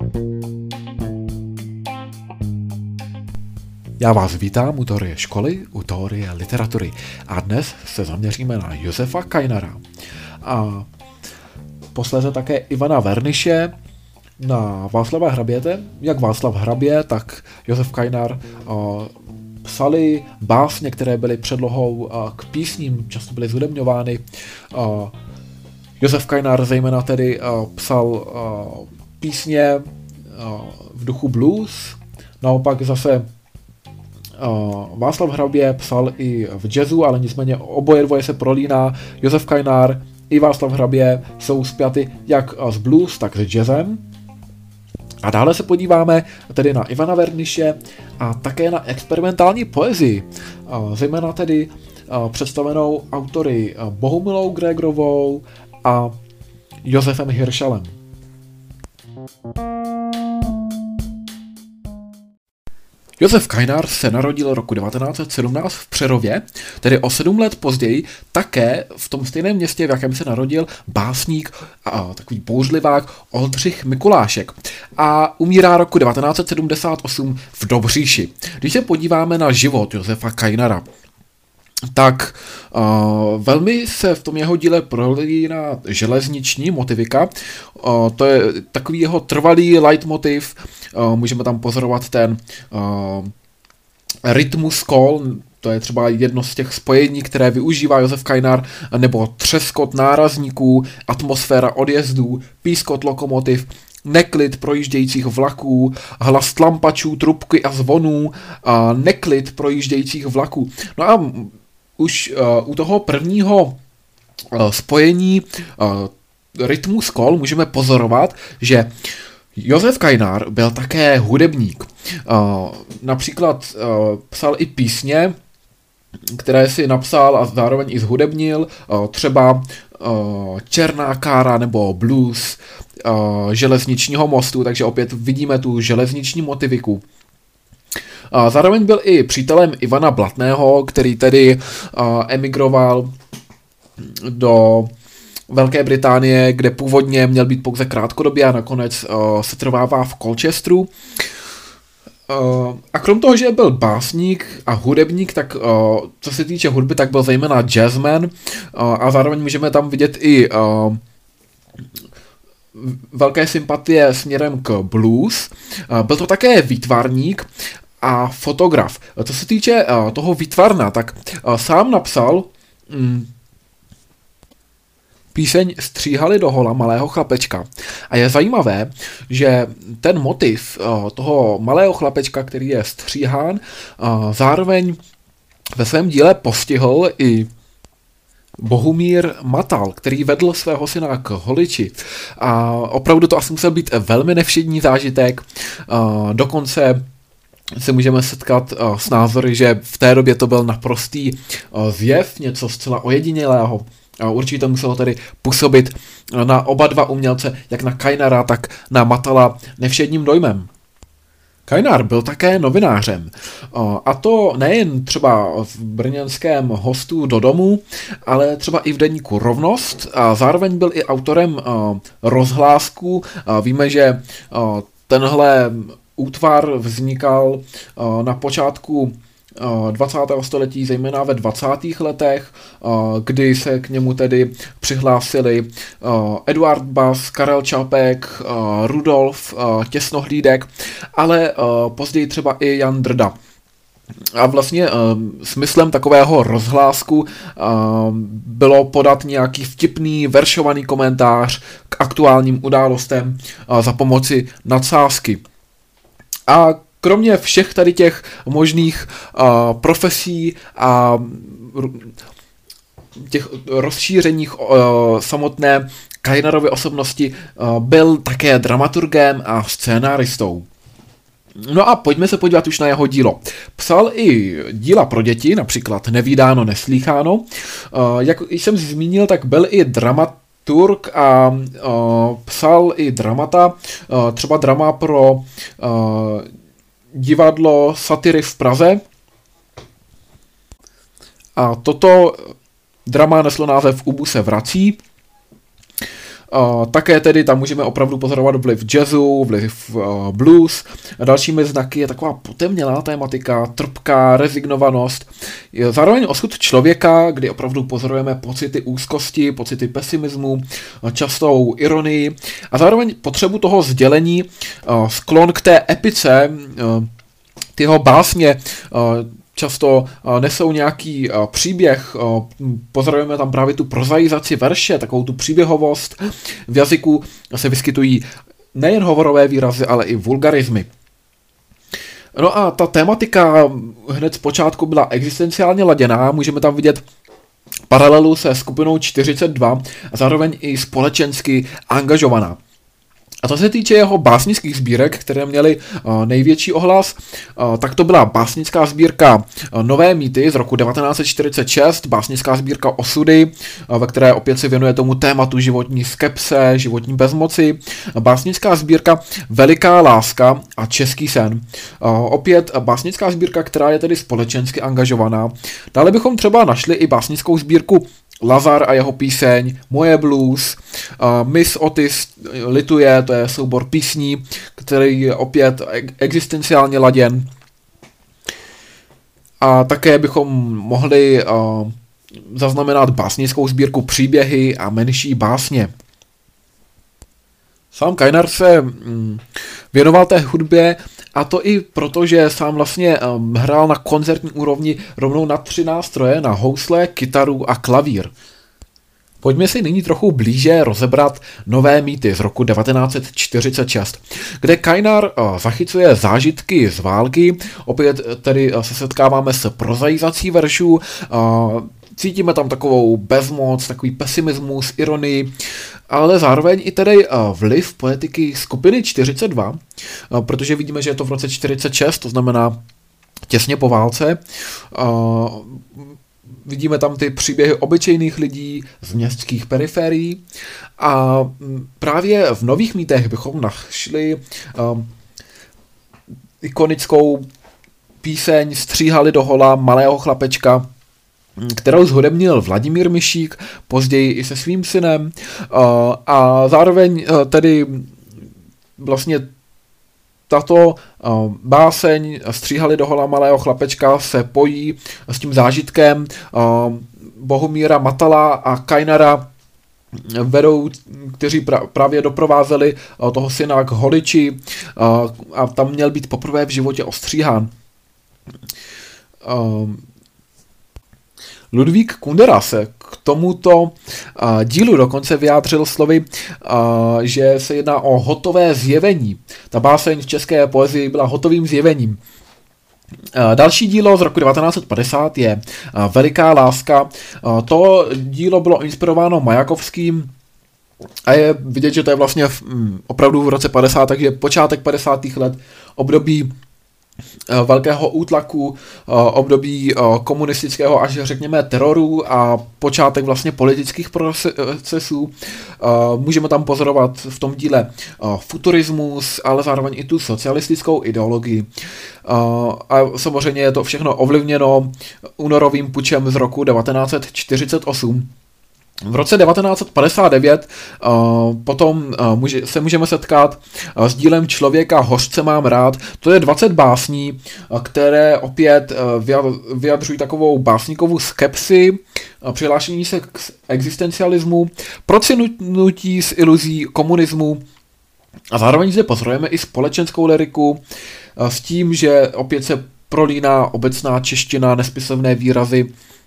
Já vás vítám u teorie školy, u teorie literatury a dnes se zaměříme na Josefa Kainara a posléze také Ivana Verniše, na Václava Hraběte. Jak Václav Hrabě, tak Josef Kainar psali básně, které byly předlohou k písním, často byly zhudebňovány. Josef Kainar zejména tedy psal písně v duchu blues, naopak zase Václav Hrabě psal i v jazzu, ale nicméně oboje dvoje se prolíná. Josef Kainar i Václav Hrabě jsou spjaty jak s blues, tak s jazzem. A dále se podíváme tedy na Ivana Verniše a také na experimentální poezii, zejména tedy představenou autory Bohumilou Grégorovou a Josefem Hiršalem. Josef Kainar se narodil roku 1917 v Přerově, tedy o 7 let později také v tom stejném městě, v jakém se narodil básník a takový bouřlivák Oldřich Mikulášek. A umírá roku 1978 v Dobříši. Když se podíváme na život Josefa Kainara, tak velmi se v tom jeho díle prolíná železniční motivika. To je takový jeho trvalý leitmotiv. Můžeme tam pozorovat ten rytmus kol, to je třeba jedno z těch spojení, které využívá Josef Kainar, nebo třeskot nárazníků, atmosféra odjezdů, pískot lokomotiv, neklid projíždějících vlaků, hlas tlampačů, trubky a zvonů, neklid projíždějících vlaků. No a už u toho prvního spojení rytmu kol můžeme pozorovat, že Josef Kainar byl také hudebník. Například psal i písně, které si napsal a zároveň i zhudebnil, třeba Černá kára nebo blues železničního mostu, takže opět vidíme tu železniční motiviku. Zároveň byl i přítelem Ivana Blatného, který tedy emigroval do Velké Británie, kde původně měl být pouze krátkodobě a nakonec se trvává v Colchesteru. A krom toho, že byl básník a hudebník, tak co se týče hudby, tak byl zejména jazzman a zároveň můžeme tam vidět i velké sympatie směrem k blues. Byl to také výtvarník a fotograf. Co se týče toho výtvarna, tak sám napsal píseň Stříhali do hola malého chlapečka. A je zajímavé, že ten motiv toho malého chlapečka, který je stříhán, zároveň ve svém díle postihl i Bohumír Matal, který vedl svého syna k holiči. A opravdu to asi musel být velmi nevšední zážitek. Dokonce se můžeme setkat s názory, že v té době to byl naprostý zjev, něco zcela ojedinělého. Určitě muselo tedy působit na oba dva umělce, jak na Kainara, tak na Matala nevšedním dojmem. Kainar byl také novinářem. A to nejen třeba v brněnském Hostu do domu, ale třeba i v deníku Rovnost. A zároveň byl i autorem rozhlásku. Víme, že tenhle útvar vznikal na počátku 20. století, zejména ve 20. letech, kdy se k němu tedy přihlásili Eduard Bas, Karel Čapek, Rudolf Těsnohlídek, ale později třeba i Jan Drda. A vlastně smyslem takového rozhlásku bylo podat nějaký vtipný, veršovaný komentář k aktuálním událostem za pomoci nadsázky. A kromě všech tady těch možných profesí a těch rozšířeních samotné Kainarovy osobnosti byl také dramaturgem a scénáristou. No a pojďme se podívat už na jeho dílo. Psal i díla pro děti, například Nevídáno, neslýcháno. Jak jsem zmínil, tak byl i dramaturg a psal i dramata, třeba drama pro divadlo Satyry v Praze. A toto drama neslo název Ubu se vrací. Také tedy tam můžeme opravdu pozorovat vliv jazzu, vliv blues. Dalšími znaky je taková potemnělá tematika, trpká, rezignovanost. Zároveň osud člověka, kdy opravdu pozorujeme pocity úzkosti, pocity pesimismu, častou ironii a zároveň potřebu toho sdělení, sklon k té epice, ty jeho básně často nesou nějaký příběh, pozorujeme tam právě tu prozaizaci verše, takovou tu příběhovost. V jazyku se vyskytují nejen hovorové výrazy, ale i vulgarizmy. No a ta tematika hned z počátku byla existenciálně laděná, můžeme tam vidět paralelu se skupinou 42 a zároveň i společensky angažovaná. A co se týče jeho básnických sbírek, které měly největší ohlas, tak to byla básnická sbírka Nové mýty z roku 1946, básnická sbírka Osudy, ve které opět se věnuje tomu tématu životní skepse, životní bezmoci, básnická sbírka Veliká láska a Český sen. Opět básnická sbírka, která je tedy společensky angažovaná. Dále bychom třeba našli i básnickou sbírku Lazar a jeho píseň, Moje blues, Miss Otis lituje, to je soubor písní, který je opět existenciálně laděn. A také bychom mohli zaznamenat básnickou sbírku Příběhy a menší básně. Sám Kajnar se věnoval té hudbě, a to i proto, že sám vlastně hrál na koncertní úrovni rovnou na 3 nástroje, na housle, kytaru a klavír. Pojďme si nyní trochu blíže rozebrat Nové mýty z roku 1946, kde Kajnar zachycuje zážitky z války, opět tedy se setkáváme s prozaizací veršů, cítíme tam takovou bezmoc, takový pesimismus, ironii, ale zároveň i tedy vliv poetiky skupiny 42, protože vidíme, že je to v roce 46, to znamená těsně po válce. Vidíme tam ty příběhy obyčejných lidí z městských periferií a právě v Nových mýtech bychom našli ikonickou píseň Stříhali do hola malého chlapečka, kterou zhudebnil Vladimír Mišík, později i se svým synem, a zároveň tedy vlastně tato báseň Stříhali do hola malého chlapečka se pojí s tím zážitkem Bohumíra Matala a Kajnara, kteří právě doprovázeli toho syna k holiči a tam měl být poprvé v životě ostříhán. Ludvík Kundera se k tomuto dílu dokonce vyjádřil slovy, že se jedná o hotové zjevení. Ta báseň v české poezii byla hotovým zjevením. Další dílo z roku 1950 je Veliká láska. To dílo bylo inspirováno Majakovským a je vidět, že to je vlastně opravdu v roce 50, takže počátek 50. let, období velkého útlaku, období komunistického až řekněme teroru a počátek vlastně politických procesů. Můžeme tam pozorovat v tom díle futurismus, ale zároveň i tu socialistickou ideologii. A samozřejmě je to všechno ovlivněno únorovým pučem z roku 1948. V roce 1959 potom se můžeme setkat s dílem Člověka hořce mám rád. To je 20 básní, které opět vyjadřují takovou básníkovou skepsi, přihlášení se k existencialismu, procitnutí z iluzí komunismu a zároveň zde pozorujeme i společenskou lyriku s tím, že opět se prolíná obecná čeština, nespisovné výrazy,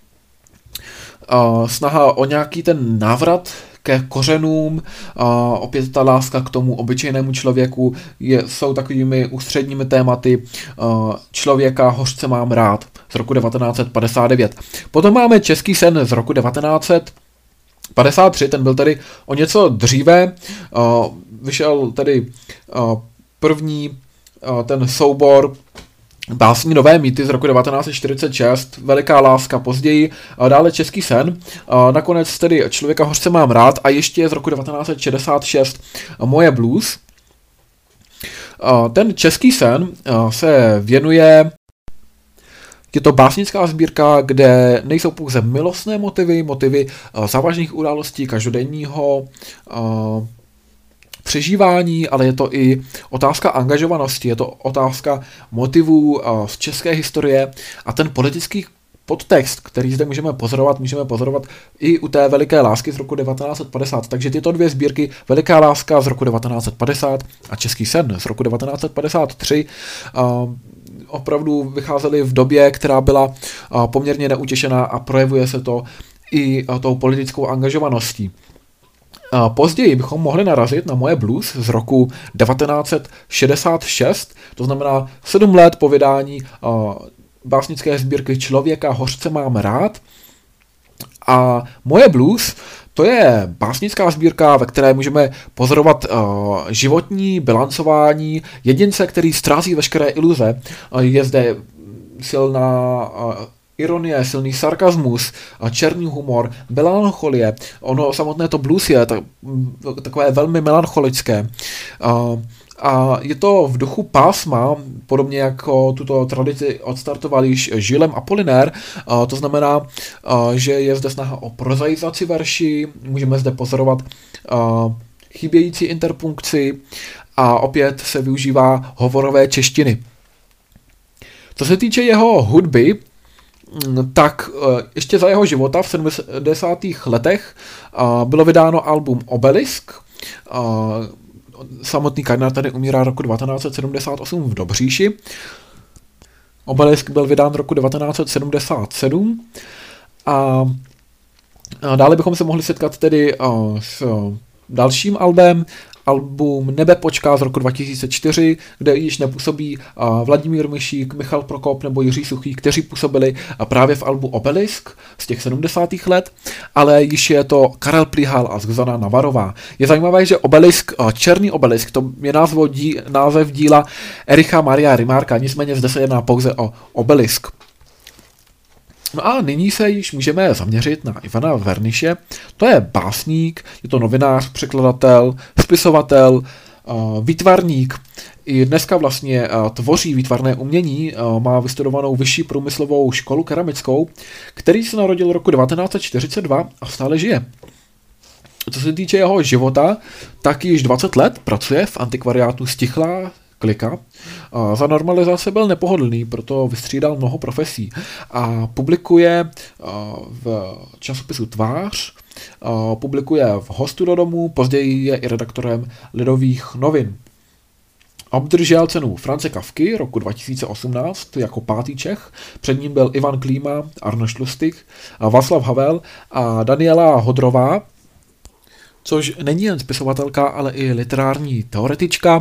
snaha o nějaký ten návrat ke kořenům, opět ta láska k tomu obyčejnému člověku jsou takovými ústředními tématy Člověka hořce mám rád z roku 1959. Potom máme Český sen z roku 1953, ten byl tedy o něco dříve, vyšel tedy první ten soubor básní Nové mýty z roku 1946, Veliká láska později, dále Český sen, nakonec tedy Člověka hořce mám rád a ještě z roku 1966 Moje blues. Ten Český sen se věnuje Je to básnická sbírka, kde nejsou pouze milostné motivy závažných událostí každodenního přežívání, ale je to i otázka angažovanosti, je to otázka motivů z české historie a ten politický podtext, který zde můžeme pozorovat i u té Veliké lásky z roku 1950. Takže tyto dvě sbírky, Veliká láska z roku 1950 a Český sen z roku 1953, opravdu vycházely v době, která byla poměrně neutěšená a projevuje se to i tou politickou angažovaností. Později bychom mohli narazit na Moje blues z roku 1966, to znamená 7 let po vydání básnické sbírky Člověka hořce mám rád. A Moje blues, to je básnická sbírka, ve které můžeme pozorovat životní bilancování jedince, který ztrácí veškeré iluze. Je zde silná ironie, silný sarkazmus, černý humor, melancholie. Ono samotné to blues je takové velmi melancholické. A je to v duchu pásma, podobně jako tuto tradici odstartoval již Gilles Apollinaire, to znamená, že je zde snaha o prozaizaci verši, můžeme zde pozorovat chybějící interpunkci a opět se využívá hovorové češtiny. Co se týče jeho hudby, tak ještě za jeho života v 70. letech bylo vydáno album Obelisk. Samotný Kardinál tady umírá roku 1978 v Dobříši. Obelisk byl vydán roku 1977 a dále bychom se mohli setkat tedy s dalším album Nebe počká z roku 2004, kde již nepůsobí Vladimír Myšík, Michal Prokop nebo Jiří Suchý, kteří působili právě v albu Obelisk z těch 70. let, ale již je to Karel Plíhal a Zuzana Navarová. Je zajímavé, že Obelisk, Černý obelisk, to je název díla Ericha Maria Remarquea, nicméně zde se jedná pouze o obelisk. No a nyní se již můžeme zaměřit na Ivana Verniše. To je básník, je to novinář, překladatel, spisovatel, výtvarník. I dneska vlastně tvoří výtvarné umění, má vystudovanou vyšší průmyslovou školu keramickou, který se narodil roku 1942 a stále žije. Co se týče jeho života, tak již 20 let pracuje v antikvariátu Stichlá klika. Za normalizace byl nepohodlný, proto vystřídal mnoho profesí a publikuje v časopisu Tvář, publikuje v Hostu do domu, později je i redaktorem Lidových novin. Obdržel cenu France Kafky roku 2018 jako 5. Čech, před ním byl Ivan Klíma, Arnošt Lustig, Václav Havel a Daniela Hodrová, což není jen spisovatelka, ale i literární teoretička.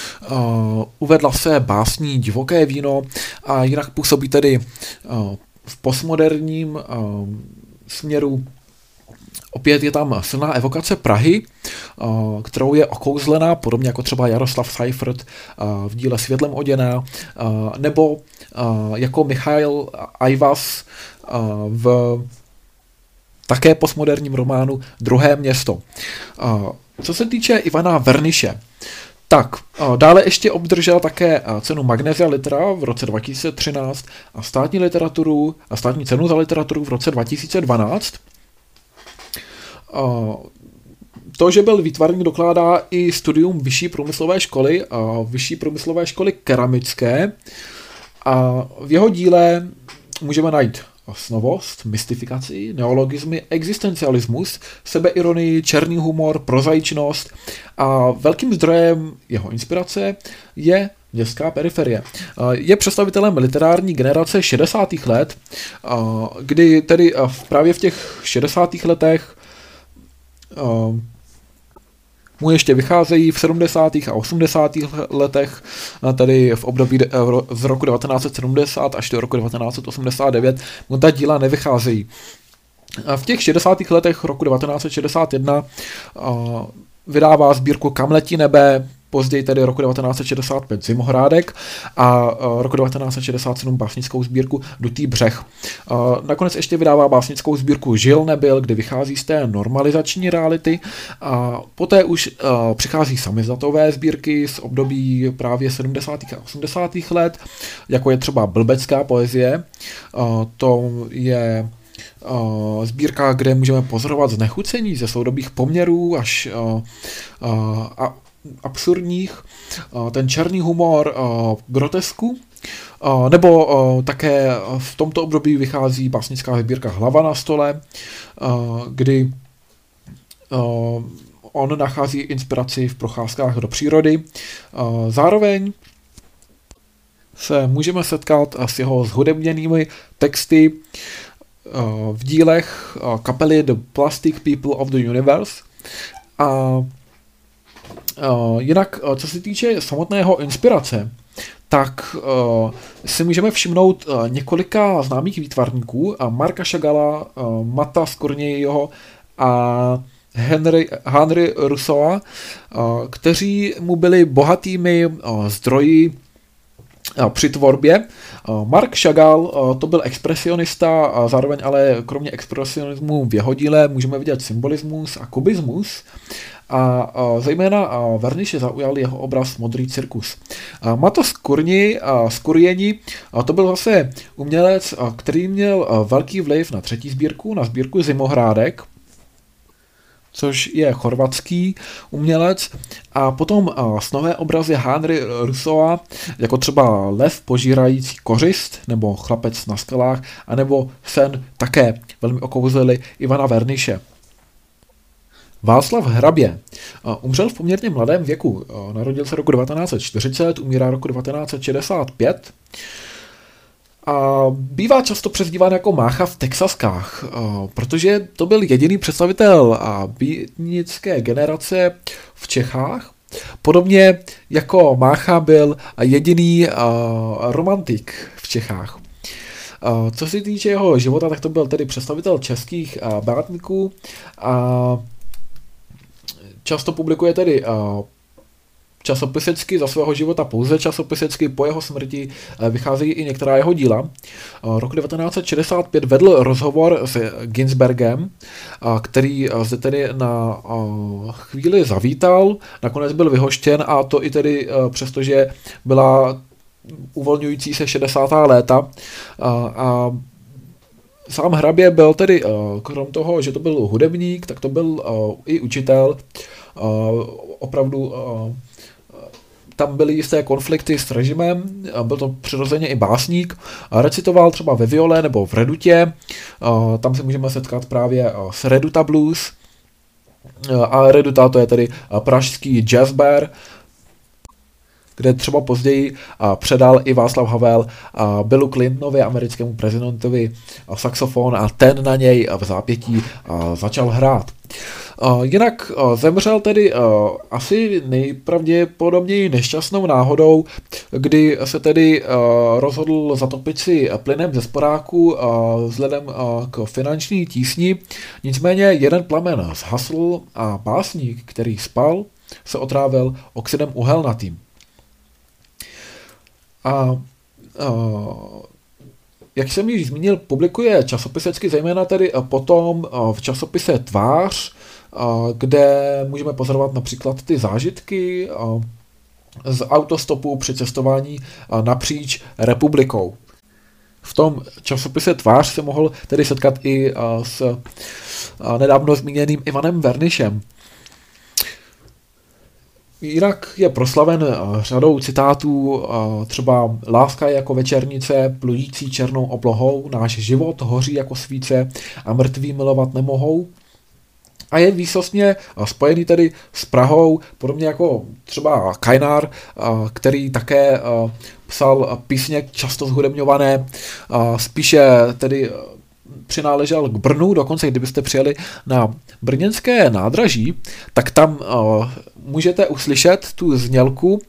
Uvedla se básní Divoké víno a jinak působí tedy v postmoderním směru. Opět je tam silná evokace Prahy, kterou je okouzlená, podobně jako třeba Jaroslav Seifert v díle Světlem oděná, nebo jako Michail Aivas v také postmoderním románu Druhé město. Co se týče Ivana Verniše, tak dále ještě obdržel také cenu Magnesia Litera v roce 2013 a státní cenu za literaturu v roce 2012. To, že byl výtvarník, dokládá i studium Vyšší průmyslové školy keramické a v jeho díle můžeme najít snovost, mystifikaci, neologismy, existencialismus, sebeironii, černý humor, prozaičnost a velkým zdrojem jeho inspirace je městská periferie. Je představitelem literární generace 60. let, kdy tedy právě v těch 60. letech mu ještě vycházejí v 70. a 80. letech, tedy v období z roku 1970 až do roku 1989, mu ta díla nevycházejí. V těch 60. letech roku 1961 vydává sbírku Kam letí nebe, později tedy roku 1965 Zimohrádek a roku 1967 básnickou sbírku Dutý břeh. Nakonec ještě vydává básnickou sbírku Žil nebyl, kdy vychází z té normalizační reality a poté už přichází samizdatové sbírky z období právě 70. a 80. let, jako je třeba blbecká poezie. To je sbírka, kde můžeme pozorovat znechucení ze soudobých poměrů až absurdních, ten černý humor grotesku, nebo také v tomto období vychází básnická sbírka Hlava na stole, kdy on nachází inspiraci v procházkách do přírody. Zároveň se můžeme setkat s jeho zhudebněnými texty v dílech kapely The Plastic People of the Universe. A jinak, co se týče samotného inspirace, tak si můžeme všimnout několika známých výtvarníků, Marka Chagalla, Matta Scornieho a Henry Rousseaua, kteří mu byli bohatými zdroji při tvorbě. Mark Chagall to byl expresionista a zároveň ale kromě expresionismu v jeho díle můžeme vidět symbolismus a kubismus. A zejména Verniše zaujal jeho obraz Modrý cirkus. Mato Scornieni to byl zase umělec, který měl velký vliv na třetí sbírku, na sbírku Zimohrádek, což je chorvatský umělec, a potom snové obrazy Henry Rousseaua, jako třeba Lev požírající kořist, nebo Chlapec na skalách, anebo Sen také velmi okouzlili Ivana Verniše. Václav Hrabě umřel v poměrně mladém věku, narodil se roku 1940, umírá roku 1965 a bývá často přezdíván jako Mácha v Texaskách, protože to byl jediný představitel beatnické generace v Čechách, podobně jako Mácha byl jediný romantik v Čechách. Co se týče jeho života, tak to byl tedy představitel českých básníků a často publikuje tedy časopisecky za svého života pouze časopisecky, po jeho smrti vycházejí i některá jeho díla. Roku 1965 vedl rozhovor s Ginsbergem, který zde tedy na chvíli zavítal, nakonec byl vyhoštěn a to i tedy přestože byla uvolňující se 60. léta a sám Hrabě byl tedy, krom toho, že to byl hudebník, tak to byl i učitel, opravdu tam byly jisté konflikty s režimem, byl to přirozeně i básník, recitoval třeba ve viole nebo v redutě, tam se můžeme setkat právě s Reduta Blues, a Reduta to je tedy pražský jazz bar, kde třeba později předal i Václav Havel Billu Clintonovi, americkému prezidentovi, saxofon a ten na něj v zápětí začal hrát. Jinak zemřel tedy asi nejpravděpodobněji nešťastnou náhodou, kdy se tedy rozhodl zatopit si plynem ze sporáku vzhledem k finanční tísni. Nicméně jeden plamen zhasl a básník, který spal, se otrávil oxidem uhelnatým. Jak jsem již zmínil, publikuje časopisecky, zejména tedy potom v časopise Tvář, kde můžeme pozorovat například ty zážitky z autostopu při cestování napříč republikou. V tom časopise Tvář se mohl tedy setkat i s nedávno zmíněným Ivanem Vernišem. Jinak je proslaven řadou citátů, třeba Láska je jako večernice, plující černou oblohou, náš život hoří jako svíce a mrtví milovat nemohou. A je výsostně spojený tedy s Prahou, podobně jako třeba Kajnár, který také psal písně často zhudebňované, spíše tedy přináležel k Brnu, dokonce kdybyste přijeli na brněnské nádraží, tak tam můžete uslyšet tu znělku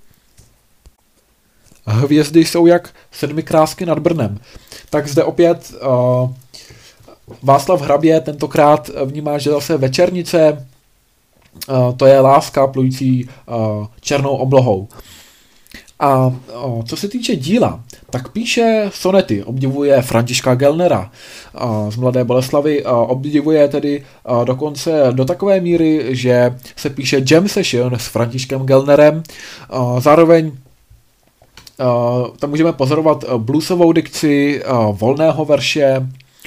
Hvězdy jsou jak sedmi krásky nad Brnem. Tak zde opět Václav Hrabě tentokrát vnímá, že zase večernice to je láska plující černou oblohou. A co se týče díla, tak píše sonety, obdivuje Františka Gellnera z Mladé Boleslavi, obdivuje tedy dokonce do takové míry, že se píše jam session s Františkem Gellnerem, zároveň tam můžeme pozorovat bluesovou dikci, volného verše.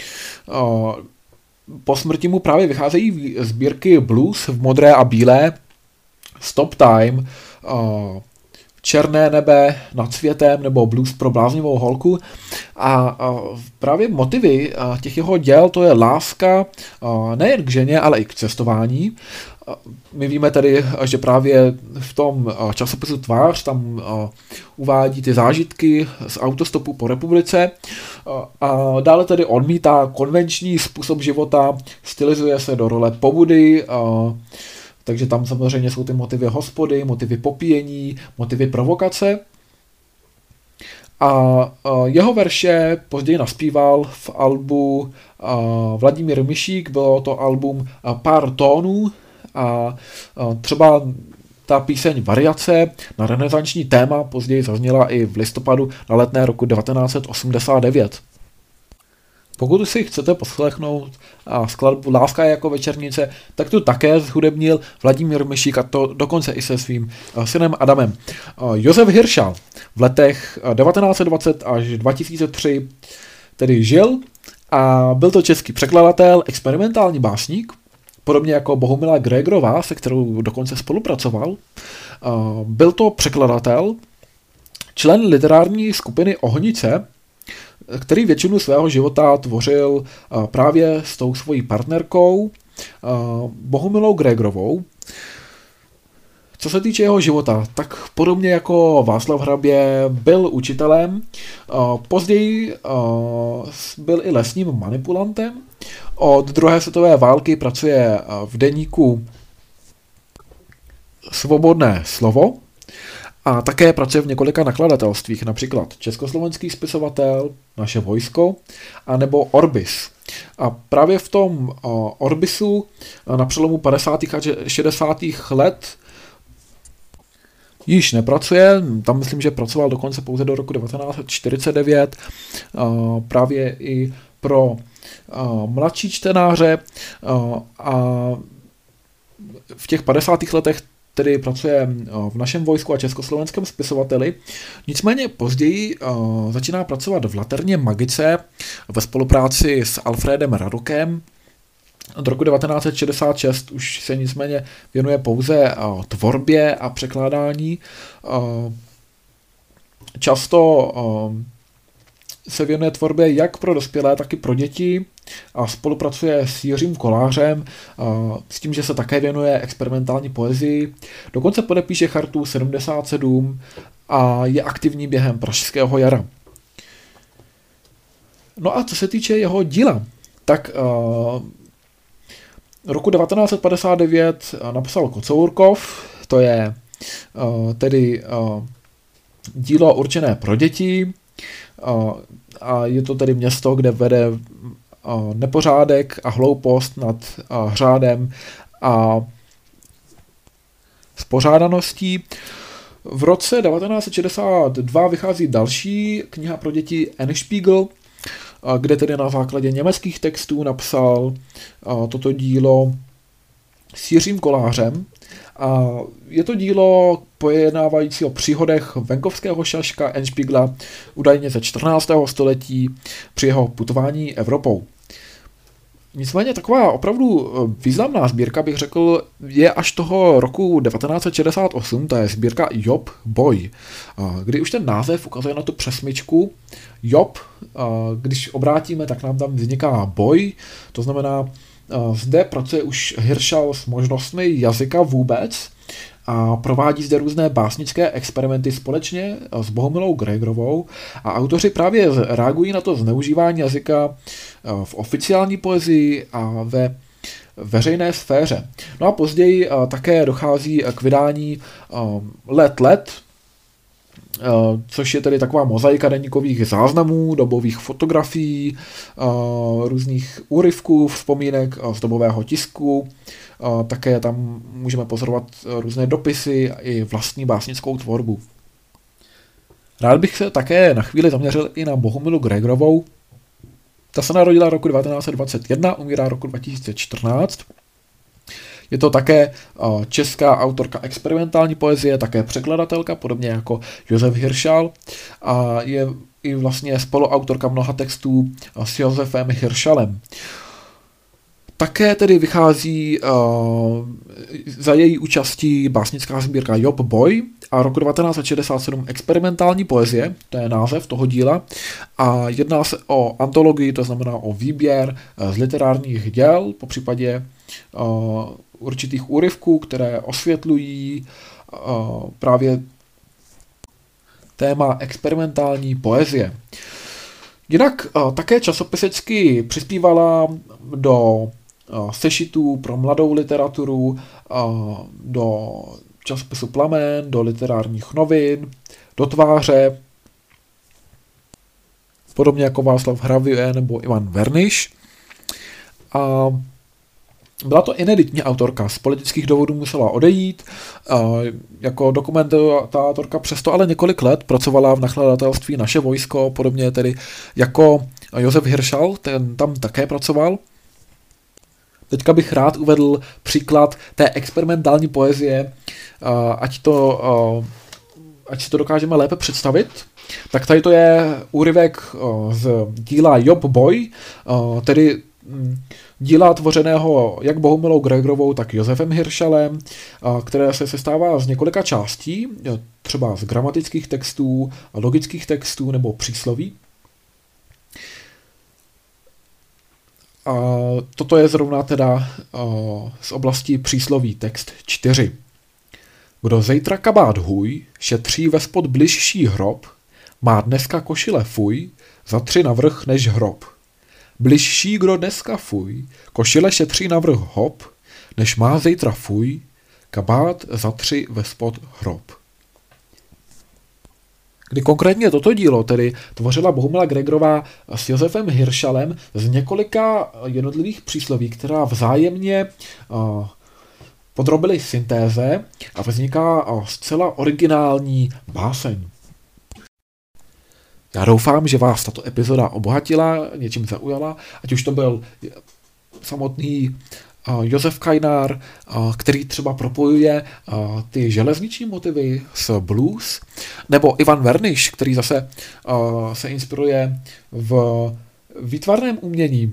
Po smrti mu právě vycházejí sbírky Blues v modré a bílé, Stop Time, Černé nebe nad světem nebo Blues pro bláznivou holku. A právě motivy těch jeho děl, to je láska nejen k ženě, ale i k cestování. My víme tedy, že právě v tom časopisu Tvář tam uvádí ty zážitky z autostopu po republice a dále tedy odmítá konvenční způsob života, stylizuje se do role pobudy, takže tam samozřejmě jsou ty motivy hospody, motivy popíjení, motivy provokace. A jeho verše později naspíval v albu Vladimír Mišík, bylo to album Pár tónů a třeba ta píseň Variace na renesanční téma později zazněla i v listopadu na Letné roku 1989. Pokud si chcete poslechnout skladbu Láska je jako večernice, tak tu také zhudebnil Vladimír Mišík, a to dokonce i se svým synem Adamem. Josef Hiršal v letech 1920 až 2003 tedy žil a byl to český překladatel, experimentální básník, podobně jako Bohumila Grégorová, se kterou dokonce spolupracoval. Byl to překladatel, člen literární skupiny Ohnice, který většinu svého života tvořil právě s tou svojí partnerkou Bohumilou Grégorovou. Co se týče jeho života, tak podobně jako Václav Hrabě byl učitelem, později byl i lesním manipulantem. Od druhé světové války pracuje v deníku Svobodné slovo a také pracuje v několika nakladatelstvích, například Československý spisovatel, Naše vojsko, anebo Orbis. A právě v tom Orbisu na přelomu 50. a 60. let již nepracuje, tam myslím, že pracoval dokonce pouze do roku 1949, právě i pro mladší čtenáře a v těch 50. letech tedy pracuje v Našem vojsku a Československém spisovateli. Nicméně později začíná pracovat v Laterně Magice ve spolupráci s Alfredem Radokem. Od roku 1966 už se nicméně věnuje pouze tvorbě a překládání. Často se věnuje tvorbě jak pro dospělé, tak i pro děti a spolupracuje s Jiřím Kolářem s tím, že se také věnuje experimentální poezii. Dokonce podepíše Chartu 77 a je aktivní během Pražského jara. No a co se týče jeho díla, tak roku 1959 napsal Kocourkov, to je tedy dílo určené pro děti, a je to tedy město, kde vede nepořádek a hloupost nad řádem a spořádaností. V roce 1962 vychází další kniha pro děti Endspiegel, kde tedy na základě německých textů napsal toto dílo s Jiřím Kolářem. A je to dílo pojednávající o příhodech venkovského šaška Endspiegla, údajně ze 14. století při jeho putování Evropou. Nicméně taková opravdu významná sbírka, bych řekl, je až toho roku 1968, to je sbírka Job Boj, kdy už ten název ukazuje na tu přesmyčku Job, když obrátíme, tak nám tam vzniká boj, to znamená, zde pracuje už Hiršal s možnostmi jazyka vůbec a provádí zde různé básnické experimenty společně s Bohumilou Grégorovou a autoři právě reagují na to zneužívání jazyka v oficiální poezii a ve veřejné sféře. No a později také dochází k vydání Let, což je tedy taková mozaika deníkových záznamů, dobových fotografií, různých úryvků, vzpomínek z dobového tisku, také tam můžeme pozorovat různé dopisy i vlastní básnickou tvorbu. Rád bych se také na chvíli zaměřil i na Bohumilu Gregorovou. Ta se narodila roku 1921, umírá roku 2014. Je to také česká autorka experimentální poezie, také překladatelka, podobně jako Josef Hiršal, a je i vlastně spoluautorka mnoha textů s Josefem Hiršalem. Také tedy vychází za její účastí básnická sbírka Job Boy a roku 1967 experimentální poezie, to je název toho díla, a jedná se o antologii, to znamená o výběr z literárních děl, popřípadě určitých úryvků, které osvětlují právě téma experimentální poezie. Jinak také časopisicky přispívala do sešitů pro mladou literaturu, do časopisu Plamen, do literárních novin, do Tváře, podobně jako Václav Hravě nebo Ivan Verniš. A byla to ineditní autorka, z politických důvodů musela odejít, jako dokumentátorka přesto ale několik let pracovala v nakladatelství Naše vojsko, podobně tedy jako Josef Hiršal, ten tam také pracoval. Teďka bych rád uvedl příklad té experimentální poezie, ať si to dokážeme lépe představit. Tak tady to je úryvek z díla Job Boy, tedy díla tvořeného jak Bohumilou Gregorovou, tak Josefem Hiršalem, které se sestává z několika částí, třeba z gramatických textů, logických textů nebo přísloví. A toto je zrovna teda z oblasti přísloví text 4. Kdo zejtra kabát hůj, šetří vespod bližší hrob, má dneska košile fuj, za 3 navrch než hrob. Bližší, kdo dneska fuj, košile šetří navrch hop, než má zejtra fuj, kabát za 3 vespod hrob. Kdy konkrétně toto dílo tedy tvořila Bohumila Gregorová s Josefem Hiršalem z několika jednotlivých přísloví, která vzájemně podrobily syntéze a vzniká zcela originální báseň. Já doufám, že vás tato epizoda obohatila, něčím zaujala, ať už to byl samotný Josef Kajnár, který třeba propojuje ty železniční motivy s blues, nebo Ivan Verniš, který zase se inspiruje v výtvarném umění.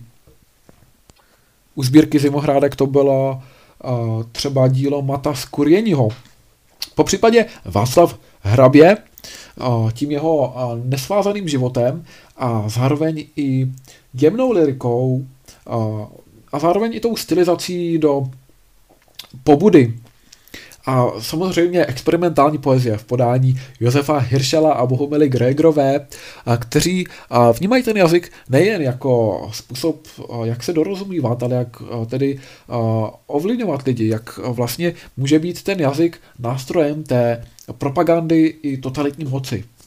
U sbírky Zimohrádek to bylo třeba dílo Mata Skurjeního. Po případě Václav Hrabě tím jeho nesvázaným životem a zároveň i jemnou lyrikou a zároveň i tou stylizací do pobudy. A samozřejmě experimentální poezie v podání Josefa Hiršala a Bohumily Gregorové, kteří vnímají ten jazyk nejen jako způsob, jak se dorozumívat, ale jak tedy ovlivňovat lidi, jak vlastně může být ten jazyk nástrojem té propagandy i totalitní moci.